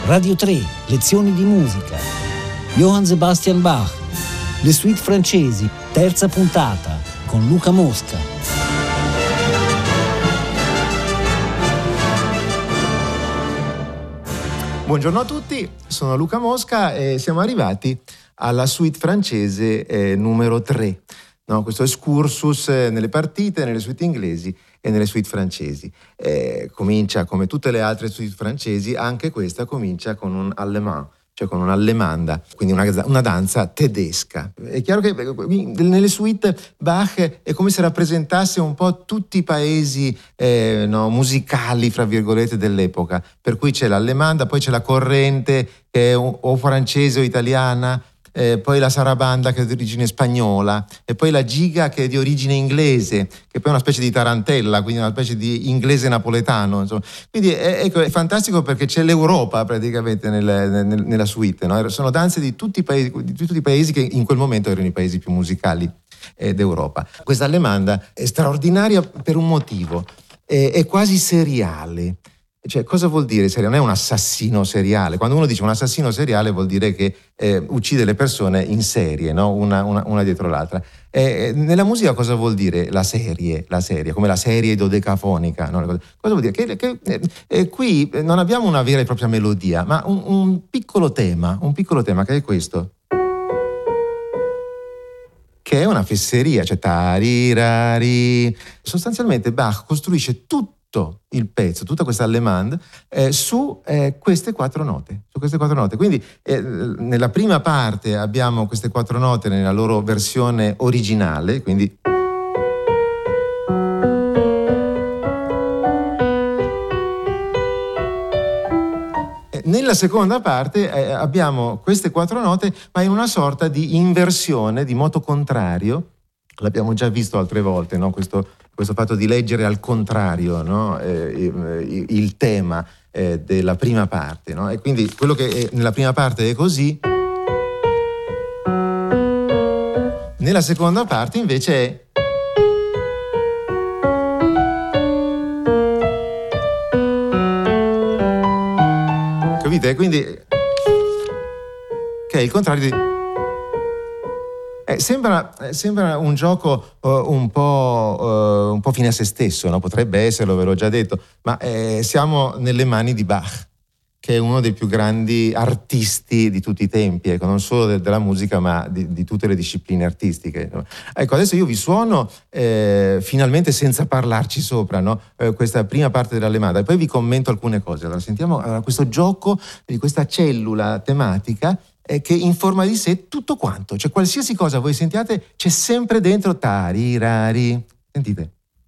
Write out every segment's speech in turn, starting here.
Radio 3, lezioni di musica. Johann Sebastian Bach, le suite francesi, terza puntata, con Luca Mosca. Buongiorno a tutti, sono Luca Mosca e siamo arrivati alla suite francese numero 3. No, questo excursus nelle partite, nelle suite inglesi e nelle suite francesi. Comincia come tutte le altre suite francesi, anche questa comincia con un allemand, cioè con un'allemanda, quindi una danza tedesca. È chiaro che nelle suite Bach è come se rappresentasse un po' tutti i paesi musicali, fra virgolette, dell'epoca. Per cui c'è l'allemanda, poi c'è la corrente che è o francese o italiana, poi la sarabanda che è di origine spagnola, e poi la giga che è di origine inglese, che poi è una specie di tarantella, quindi una specie di inglese napoletano, insomma. Quindi è fantastico perché c'è l'Europa praticamente nella suite, no? Sono danze di tutti i paesi che in quel momento erano i paesi più musicali d'Europa. Questa allemanda è straordinaria per un motivo, è quasi seriale. Cioè, cosa vuol dire seriale? Non è un assassino seriale. Quando uno dice un assassino seriale vuol dire che uccide le persone in serie, no? Una dietro l'altra. Nella musica cosa vuol dire la serie, come la serie dodecafonica, no? Cosa vuol dire? Che qui non abbiamo una vera e propria melodia, ma un piccolo tema che è questo, che è una fesseria, cioè tarirari. Sostanzialmente Bach costruisce tutto il pezzo, tutta questa allemande su queste quattro note. Quindi nella prima parte abbiamo queste quattro note nella loro versione originale, quindi nella seconda parte abbiamo queste quattro note, ma in una sorta di inversione, di moto contrario. L'abbiamo già visto altre volte, no? Questo fatto di leggere al contrario, no? Il tema della prima parte, no? E quindi quello che nella prima parte è così, nella seconda parte invece è capite? Quindi che è il contrario di sembra un gioco un po' fine a se stesso, no? Potrebbe esserlo, ve l'ho già detto, ma siamo nelle mani di Bach, che è uno dei più grandi artisti di tutti i tempi, ecco, non solo della musica, ma di tutte le discipline artistiche, no? Ecco, adesso io vi suono finalmente senza parlarci sopra, no? Questa prima parte dell'allemanda, e poi vi commento alcune cose. Allora sentiamo questo gioco di questa cellula tematica che informa di sé tutto quanto, cioè qualsiasi cosa voi sentiate c'è sempre dentro tarirari. Sentite.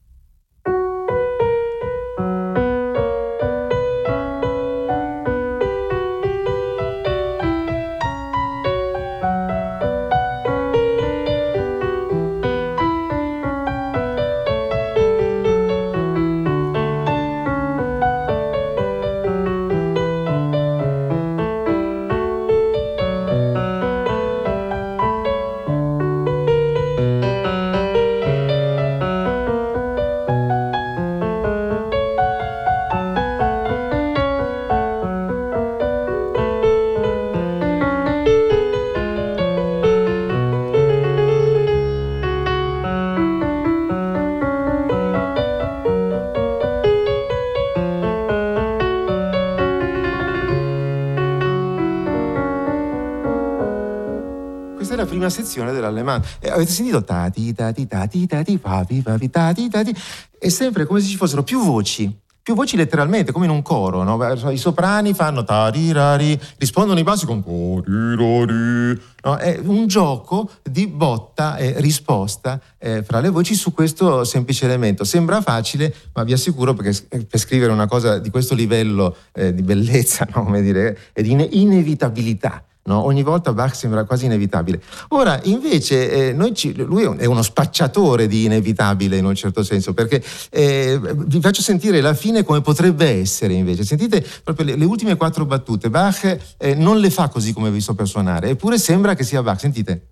Questa è la prima sezione dell'allemande. Avete sentito tati tati tati tati papi papi tati tati? È sempre come se ci fossero più voci letteralmente, come in un coro, no? I soprani fanno tarirari, rispondono i bassi con tarirari, no? È un gioco di botta e risposta fra le voci su questo semplice elemento. Sembra facile, ma vi assicuro, perché per scrivere una cosa di questo livello di bellezza, no? Come dire, e di inevitabilità, no? Ogni volta Bach sembra quasi inevitabile. Ora, invece, lui è uno spacciatore di inevitabile in un certo senso, perché vi faccio sentire la fine come potrebbe essere invece. Sentite proprio le ultime quattro battute. Bach non le fa così come vi sto per suonare, eppure sembra che sia Bach. Sentite.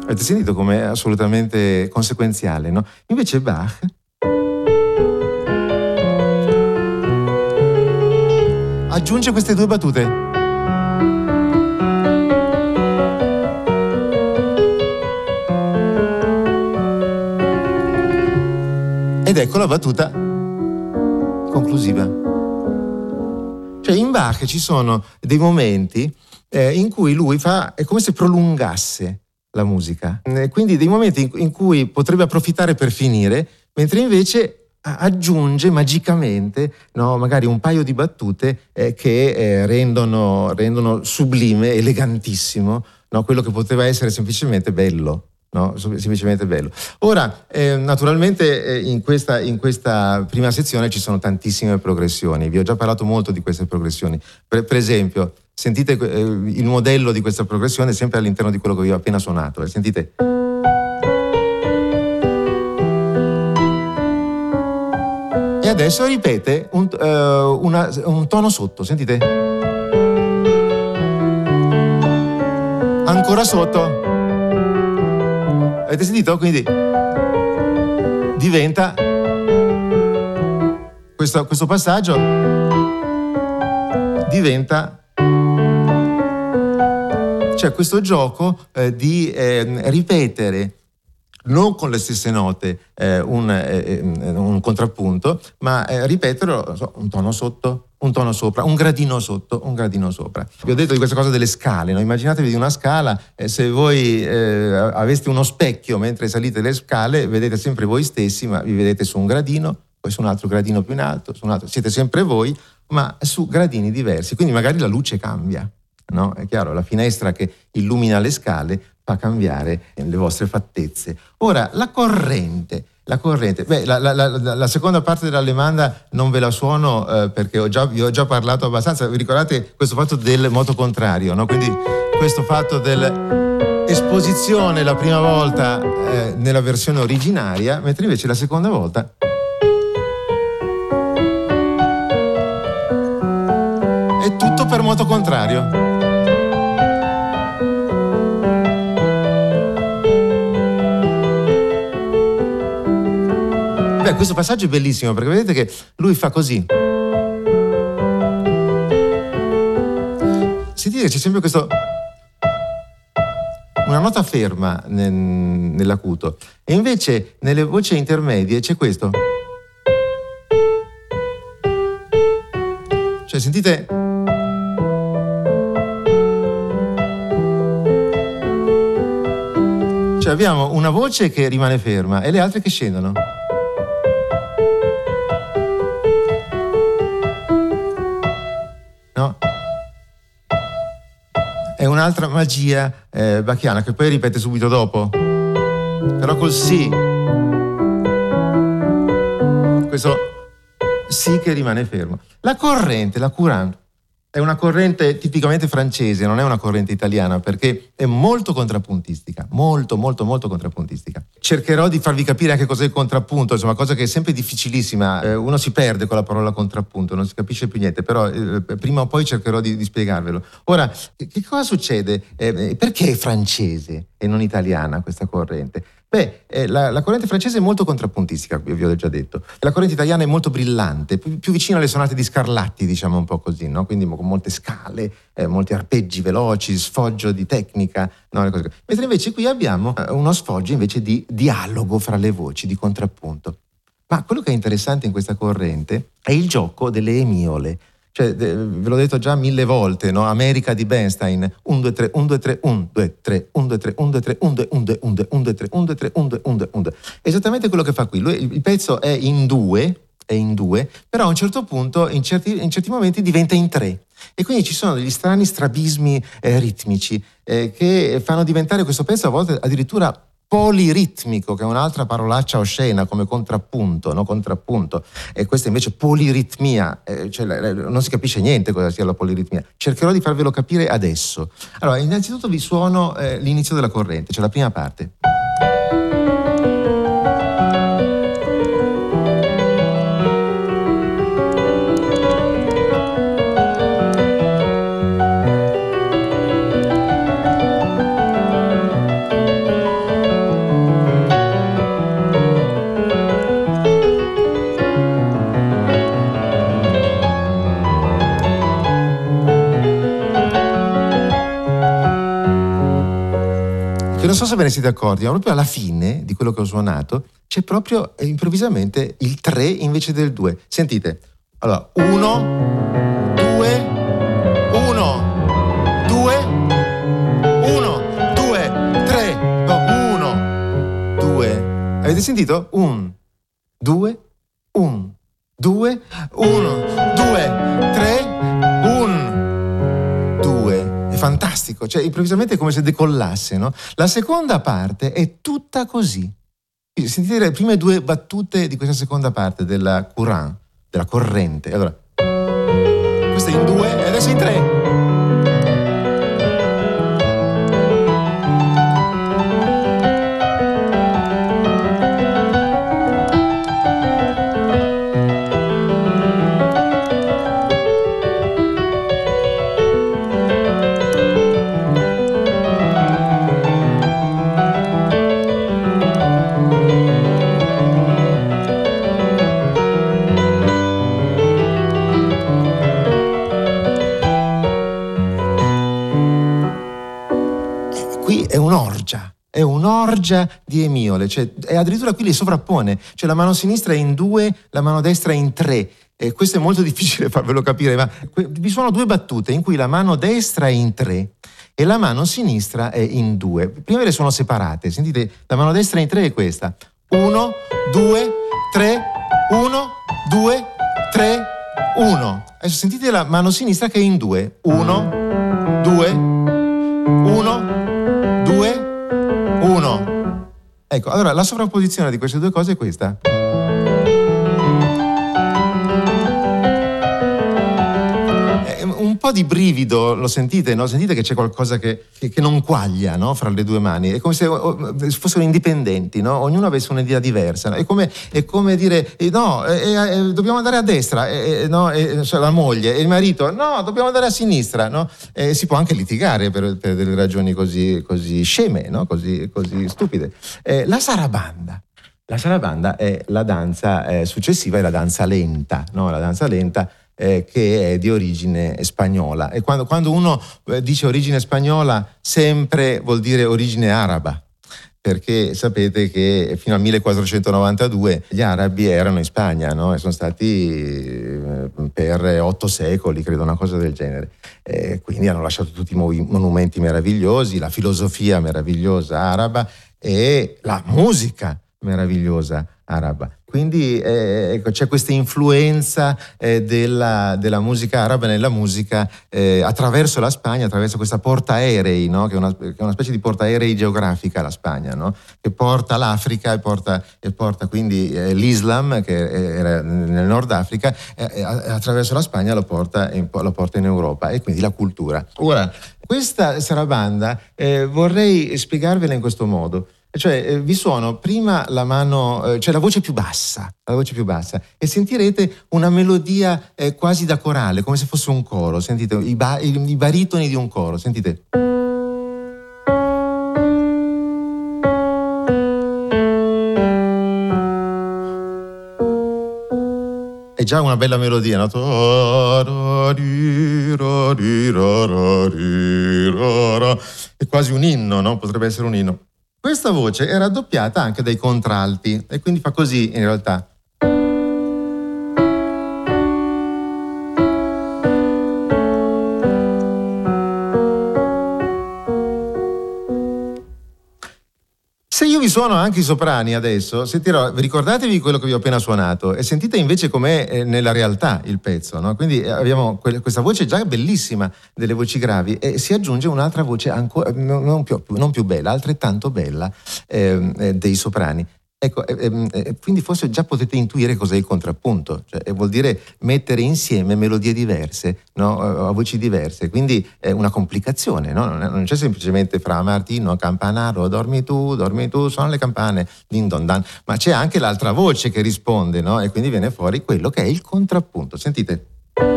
Avete sentito com'è assolutamente conseguenziale, no? Invece Bach aggiunge queste due battute. Ed ecco la battuta conclusiva. Cioè in Bach ci sono dei momenti in cui lui è come se prolungasse la musica, quindi dei momenti in cui potrebbe approfittare per finire, mentre invece aggiunge magicamente, no, magari un paio di battute che rendono sublime, elegantissimo, no, quello che poteva essere semplicemente bello. No, semplicemente bello. Ora, naturalmente in questa prima sezione ci sono tantissime progressioni. Vi ho già parlato molto di queste progressioni. Per esempio, sentite il modello di questa progressione sempre all'interno di quello che vi ho appena suonato. Sentite. E adesso ripete un tono sotto, sentite? Ancora sotto. Avete sentito? Quindi diventa questo passaggio diventa, cioè questo gioco di ripetere non con le stesse note un contrappunto, ma ripeterlo un tono sotto, un tono sopra, un gradino sotto, un gradino sopra. Vi ho detto di questa cosa delle scale, no? Immaginatevi di una scala, se voi aveste uno specchio mentre salite le scale, vedete sempre voi stessi, ma vi vedete su un gradino, poi su un altro gradino più in alto, su un altro, siete sempre voi, ma su gradini diversi, quindi magari la luce cambia, no? È chiaro, la finestra che illumina le scale fa cambiare le vostre fattezze. Ora, la corrente. Beh, la seconda parte della domanda non ve la suono perché vi ho già parlato abbastanza. Vi ricordate questo fatto del moto contrario, no? Quindi questo fatto dell'esposizione la prima volta nella versione originaria, mentre invece la seconda volta è tutto per moto contrario. Beh, questo passaggio è bellissimo perché vedete che lui fa così. Sentite, c'è sempre una nota ferma nell'acuto e invece nelle voci intermedie c'è questo. Cioè, sentite? Cioè abbiamo una voce che rimane ferma e le altre che scendono. No? È un'altra magia bachiana che poi ripete subito dopo, però col sì, questo sì che rimane fermo. La corrente, la courante, è una corrente tipicamente francese, non è una corrente italiana perché è molto contrappuntistica, molto contrappuntistica. Cercherò di farvi capire anche cos'è il contrappunto, insomma, cosa che è sempre difficilissima. Uno si perde con la parola contrappunto, non si capisce più niente, però prima o poi cercherò di spiegarvelo. Ora, che cosa succede? Perché è francese e non italiana questa corrente? Beh, la corrente francese è molto contrappuntistica, vi ho già detto. La corrente italiana è molto brillante, più vicina alle sonate di Scarlatti, diciamo un po' così, no? Quindi con molte scale, molti arpeggi veloci, sfoggio di tecnica, no? Le cose così. Mentre invece qui abbiamo uno sfoggio invece di dialogo fra le voci, di contrappunto. Ma quello che è interessante in questa corrente è il gioco delle emiole. Cioè, ve l'ho detto già 1000 volte, no? America di Bernstein, 1, 2, 3, 1, 2, 3, 1, 2, 3, 1, 2, 3, 1, 2, 3, 1, 2, 1, 2, 1, 2, 1, 2, 3, 1, 2, 3, 1, 2, 1, 2, 1, 2. Esattamente quello che fa qui. Il pezzo è in due, però a un certo punto, in certi momenti, diventa in tre. E quindi ci sono degli strani strabismi ritmici che fanno diventare questo pezzo a volte addirittura poliritmico, che è un'altra parolaccia oscena come contrappunto, no? Contrappunto. E questa invece poliritmia, cioè non si capisce niente cosa sia la poliritmia. Cercherò di farvelo capire adesso. Allora, innanzitutto vi suono l'inizio della corrente, cioè la prima parte. che non so se ve ne siete accorti, ma proprio alla fine di quello che ho suonato c'è proprio improvvisamente il 3 invece del 2. Sentite. Allora, 1, 2, 1, 2, 1, 2, 3, no, 1, 2. Avete sentito? 1, 2, 1, 2, 1, 2, 3, 1, 2. È fantastico, cioè improvvisamente è come se decollasse, no? La seconda parte è tutta così. Sentite le prime due battute di questa seconda parte della courant, della corrente. Allora, questo è in 2 e adesso in 3. È un'orgia di emiole, cioè, e addirittura qui li sovrappone, cioè la mano sinistra è in 2, la mano destra è in 3. Questo è molto difficile farvelo capire, ma vi sono due battute in cui la mano destra è in 3 e la mano sinistra è in 2. Prima le sono separate, sentite, la mano destra in 3 è questa. 1, 2, 3, 1, 2, 3, 1. Adesso sentite la mano sinistra che è in 2. 1, 2, 1, 2, 1. Ecco, allora la sovrapposizione di queste due cose è questa. Un po' di brivido, lo sentite, no? Sentite che c'è qualcosa che non quaglia, no? Fra le due mani. È come se fossero indipendenti, no? Ognuno avesse un'idea diversa. No? È come dire, no, dobbiamo andare a destra, no? Cioè la moglie e il marito, no, dobbiamo andare a sinistra, no? Si può anche litigare per delle ragioni così sceme, no? Così stupide. La sarabanda. La sarabanda è la danza successiva, è la danza lenta, no? La danza lenta che è di origine spagnola, e quando uno dice origine spagnola sempre vuol dire origine araba, perché sapete che fino al 1492 gli arabi erano in Spagna, no? E sono stati per 8 secoli, credo, una cosa del genere. Quindi hanno lasciato tutti i monumenti meravigliosi, la filosofia meravigliosa araba e la musica meravigliosa araba. Quindi ecco, c'è questa influenza della musica araba nella musica attraverso la Spagna, attraverso questa portaerei, no? che è una specie di portaerei geografica, la Spagna, no? Che porta l'Africa e porta quindi l'Islam, che era nel Nord Africa, attraverso la Spagna lo porta in Europa, e quindi la cultura. Ora, questa sarabanda vorrei spiegarvela in questo modo. Cioè vi suono prima la mano, cioè la voce più bassa, e sentirete una melodia quasi da corale, come se fosse un coro. Sentite i baritoni di un coro, sentite. È già una bella melodia, no? È quasi un inno, no? Potrebbe essere un inno. Questa voce è raddoppiata anche dai contralti e quindi fa così in realtà. Se io vi suono anche i soprani adesso, ricordatevi quello che vi ho appena suonato e sentite invece com'è nella realtà il pezzo, no? Quindi abbiamo questa voce già bellissima delle voci gravi e si aggiunge un'altra voce ancora non più bella, altrettanto bella dei soprani. Ecco, quindi forse già potete intuire cos'è il contrappunto, cioè vuol dire mettere insieme melodie diverse, no? A voci diverse, quindi è una complicazione, no? Non c'è semplicemente fra Martino, Campanaro, dormi tu, suonano le campane, din don dan, ma c'è anche l'altra voce che risponde, no? E quindi viene fuori quello che è il contrappunto. Sentite.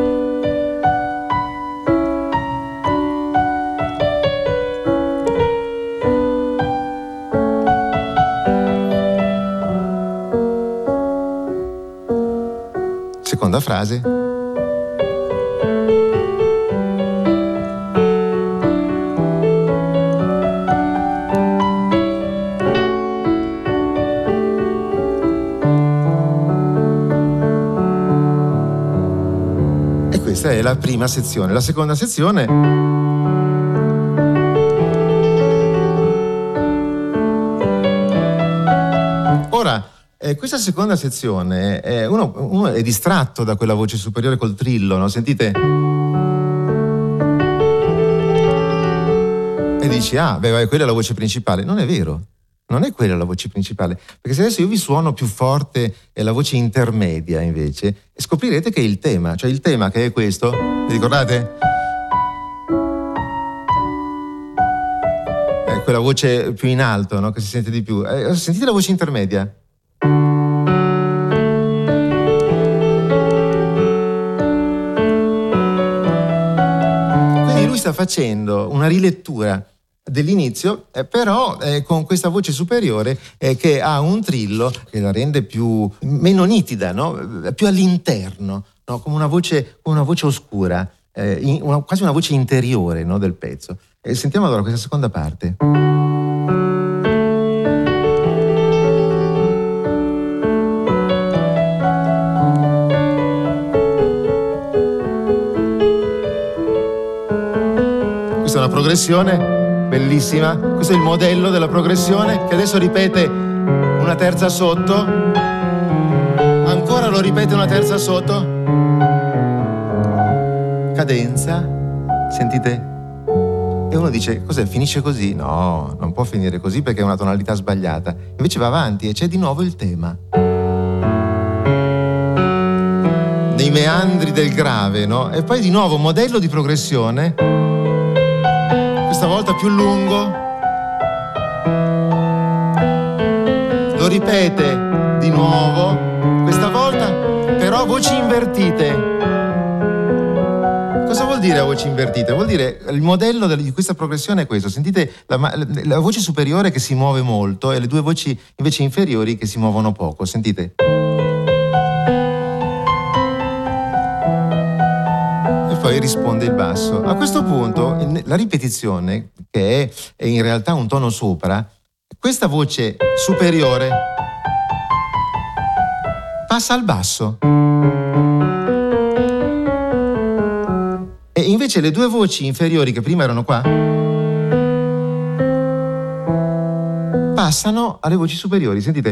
Seconda frase. questa è la prima sezione. La seconda sezione ora, questa seconda sezione, uno è distratto da quella voce superiore col trillo, no? Sentite? E dici, quella è la voce principale. Non è vero, non è quella la voce principale, perché se adesso io vi suono più forte è la voce intermedia invece, e scoprirete che è il tema, cioè il tema che è questo, vi ricordate? È quella voce più in alto, no? Che si sente di più. Sentite la voce intermedia. Quindi lui sta facendo una rilettura dell'inizio, però con questa voce superiore che ha un trillo che la rende meno nitida, no? Più all'interno, no? Come una voce oscura, quasi una voce interiore, no? Del pezzo. Sentiamo allora questa seconda parte. Questa è una progressione bellissima, questo è il modello della progressione che adesso ripete una terza sotto, ancora lo ripete una terza sotto, cadenza, sentite? E uno dice, cos'è, finisce così? No, non può finire così perché è una tonalità sbagliata, invece va avanti e c'è di nuovo il tema. Nei meandri del grave, no? E poi di nuovo modello di progressione, questa volta più lungo, lo ripete di nuovo, questa volta però voci invertite. Cosa vuol dire a voci invertite? Vuol dire il modello di questa progressione è questo, sentite la voce superiore che si muove molto e le due voci invece inferiori che si muovono poco, sentite? Poi risponde il basso. A questo punto la ripetizione, che è in realtà un tono sopra, questa voce superiore passa al basso. E invece le due voci inferiori che prima erano qua passano alle voci superiori, sentite?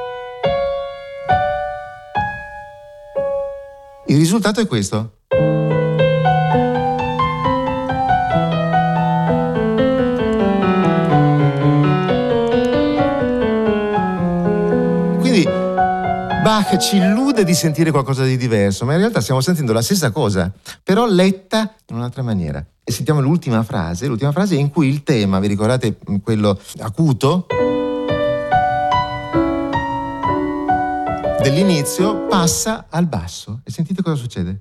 Il risultato è questo. Bach ci illude di sentire qualcosa di diverso, ma in realtà stiamo sentendo la stessa cosa, però letta in un'altra maniera. E sentiamo l'ultima frase in cui il tema, vi ricordate quello acuto dell'inizio, passa al basso. E sentite cosa succede?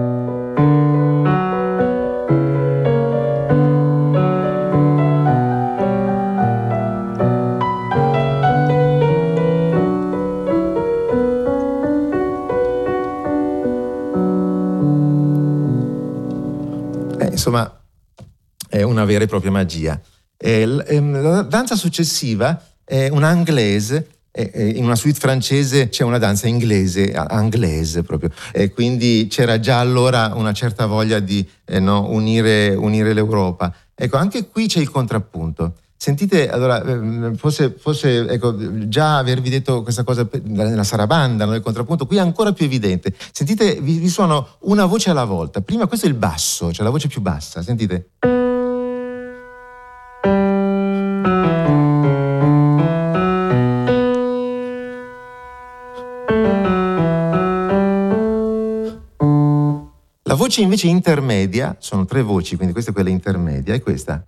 Insomma, è una vera e propria magia. La danza successiva è una anglaise. In una suite francese c'è una danza inglese, anglaise proprio, e quindi c'era già allora una certa voglia di unire l'Europa. Ecco, anche qui c'è il contrappunto. Sentite, allora, forse ecco, già avervi detto questa cosa nella sarabanda, no? Il contrappunto qui è ancora più evidente. Sentite, vi suono una voce alla volta. Prima questo è il basso, cioè la voce più bassa, sentite. La voce invece intermedia, sono tre voci, quindi questa è quella intermedia, è questa.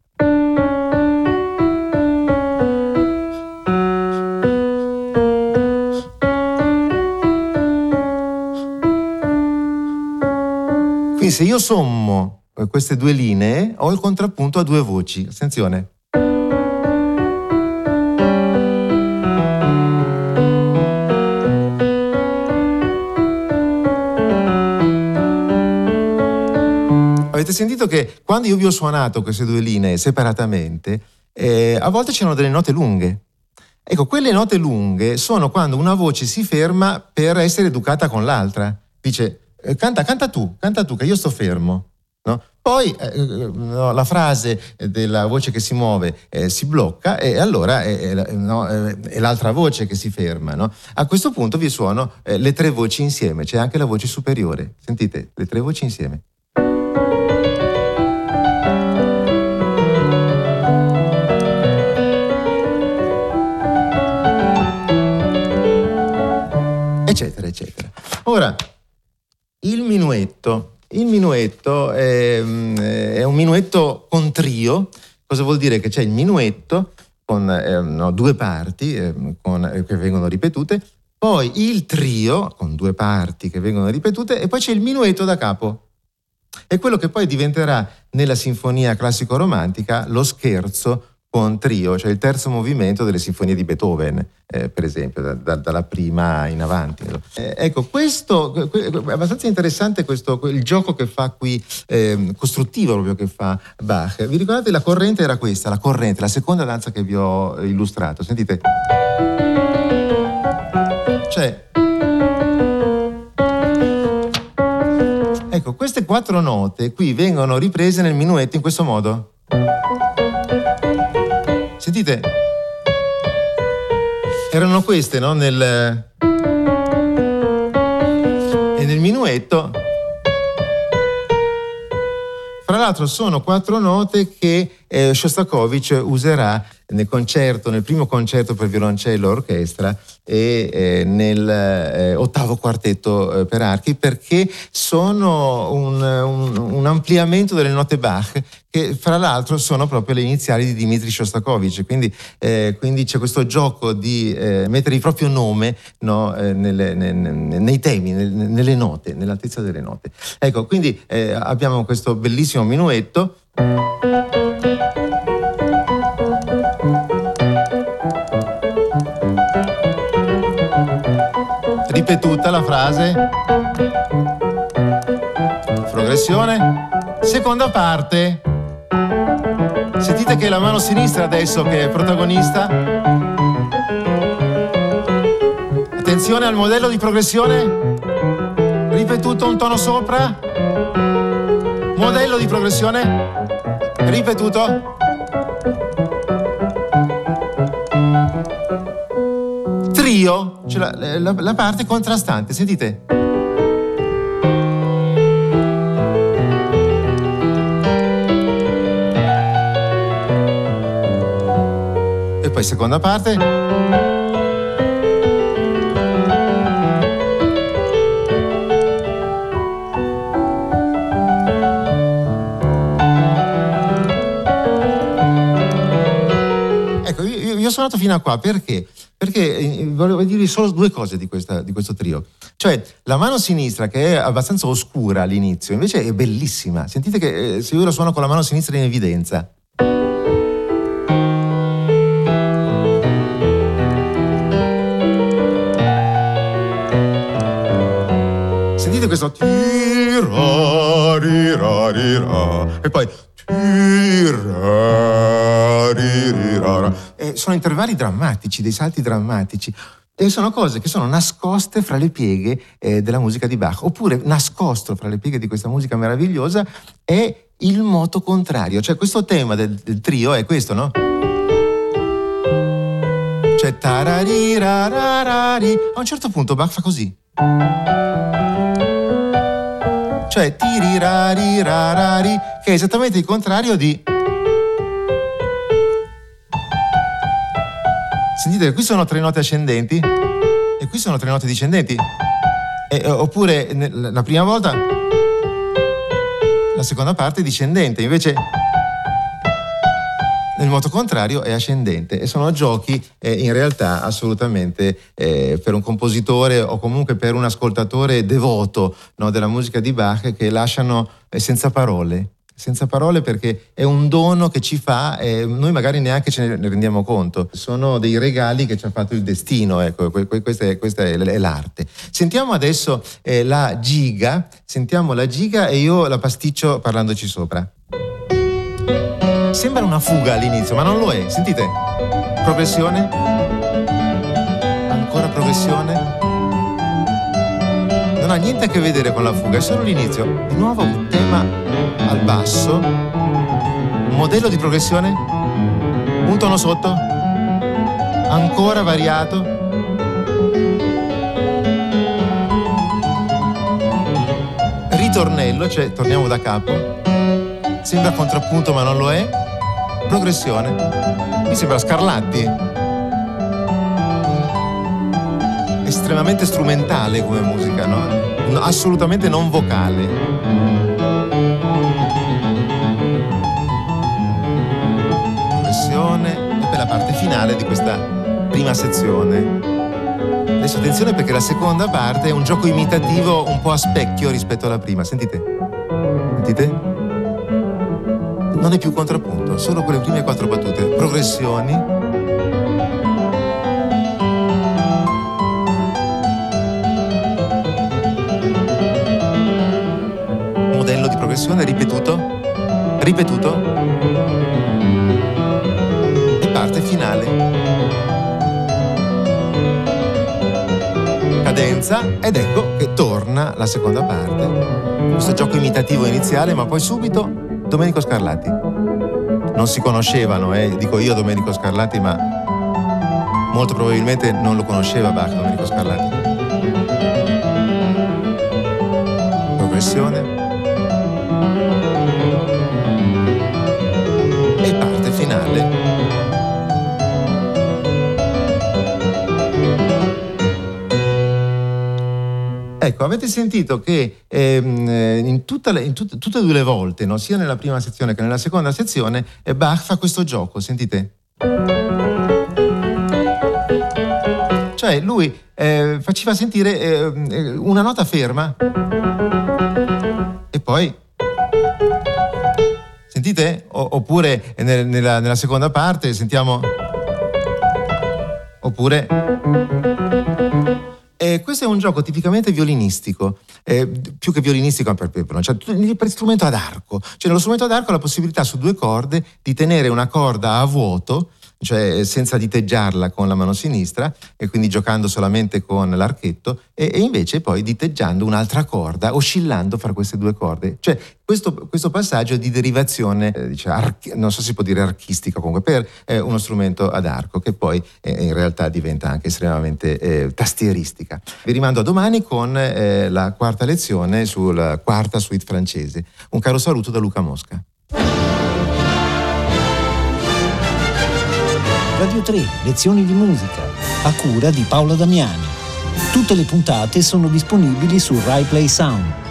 Quindi se io sommo queste due linee, ho il contrappunto a due voci. Attenzione. Avete sentito che quando io vi ho suonato queste due linee separatamente, a volte c'erano delle note lunghe. Ecco, quelle note lunghe sono quando una voce si ferma per essere educata con l'altra. Dice, canta tu, che io sto fermo. No? Poi la frase della voce che si muove si blocca e allora è l'altra voce che si ferma. No? A questo punto vi suono le tre voci insieme, c'è anche la voce superiore. Sentite, le tre voci insieme. Eccetera, eccetera. Ora, il minuetto è un minuetto con trio. Cosa vuol dire? Che c'è il minuetto con due parti che vengono ripetute, poi il trio con due parti che vengono ripetute e poi c'è il minuetto da capo. È quello che poi diventerà nella sinfonia classico-romantica lo scherzo con trio, cioè il terzo movimento delle sinfonie di Beethoven, per esempio, dalla prima in avanti. Ecco, questo è abbastanza interessante, il gioco che fa qui, costruttivo proprio che fa Bach. Vi ricordate, la corrente era questa, la seconda danza che vi ho illustrato. Sentite. Cioè, ecco, queste quattro note qui vengono riprese nel minuetto in questo modo. Sentite? Erano queste, no? E nel minuetto. Fra l'altro sono quattro note che Shostakovich userà nel primo concerto per violoncello e orchestra e nel ottavo quartetto per archi, perché sono un ampliamento delle note Bach, che fra l'altro sono proprio le iniziali di Dmitri Shostakovich, quindi c'è questo gioco di mettere il proprio nome, no, nei temi, nelle note, nell'altezza delle note. Ecco, quindi abbiamo questo bellissimo minuetto. Ripetuta la frase, progressione, seconda parte. Sentite che è la mano sinistra adesso che è protagonista. Attenzione al modello di progressione, ripetuto un tono sopra, modello di progressione, ripetuto. Trio, cioè la parte contrastante, sentite. E poi seconda parte. Io sono andato fino a qua perché volevo dirvi solo due cose di questo trio. Cioè, la mano sinistra, che è abbastanza oscura all'inizio, invece è bellissima. Sentite che se io lo suono con la mano sinistra in evidenza. Sentite questo e poi sono intervalli drammatici, dei salti drammatici, e sono cose che sono nascoste fra le pieghe della musica di Bach. Oppure nascosto fra le pieghe di questa musica meravigliosa è il moto contrario, cioè questo tema del trio è questo, no? Cioè tararirararari. A un certo punto Bach fa così, cioè tirirarirarari, che è esattamente il contrario di. Sentite, qui sono tre note ascendenti e qui sono tre note discendenti. Oppure la prima volta la seconda parte è discendente, invece nel moto contrario è ascendente. E sono giochi in realtà assolutamente per un compositore o comunque per un ascoltatore devoto, no, della musica di Bach, che lasciano senza parole, perché è un dono che ci fa e noi magari neanche ce ne rendiamo conto. Sono dei regali che ci ha fatto il destino, ecco, questa è l'arte. Sentiamo adesso la giga e io la pasticcio parlandoci sopra. Sembra una fuga all'inizio, ma non lo è. Sentite, progressione, ancora progressione. Non non ha niente a che vedere con la fuga, è solo l'inizio. Di nuovo il tema al basso, un modello di progressione, un tono sotto, ancora variato, ritornello, cioè torniamo da capo, sembra contrappunto ma non lo è, progressione, mi sembra Scarlatti. Estremamente strumentale come musica, no? Assolutamente non vocale. Progressione e poi la parte finale di questa prima sezione. Adesso attenzione perché la seconda parte è un gioco imitativo un po' a specchio rispetto alla prima. Sentite? Sentite? Non è più contrappunto, solo quelle prime 4 battute. Progressioni. Ripetuto e parte finale, cadenza, ed ecco che torna la seconda parte, questo gioco imitativo iniziale, ma poi subito Domenico Scarlatti. Non si conoscevano, dico io Domenico Scarlatti, ma molto probabilmente non lo conosceva Bach, Domenico Scarlatti. Progressione e parte finale. Ecco, avete sentito che in tutte e due le volte, no? Sia nella prima sezione che nella seconda sezione, Bach fa questo gioco, sentite? Cioè lui faceva sentire una nota ferma e poi sentite? Oppure nella seconda parte sentiamo, oppure questo è un gioco tipicamente violinistico, più che violinistico per strumento ad arco. Cioè nello strumento ad arco ha la possibilità su 2 corde di tenere una corda a vuoto, cioè senza diteggiarla con la mano sinistra e quindi giocando solamente con l'archetto, e invece poi diteggiando un'altra corda, oscillando fra queste 2 corde. Cioè questo passaggio di derivazione, non so se si può dire archistica comunque, per uno strumento ad arco, che poi in realtà diventa anche estremamente tastieristica. Vi rimando a domani con la quarta lezione sulla quarta suite francese. Un caro saluto da Luca Mosca. Radio 3, lezioni di musica, a cura di Paola Damiani. Tutte le puntate sono disponibili su Rai Play Sound.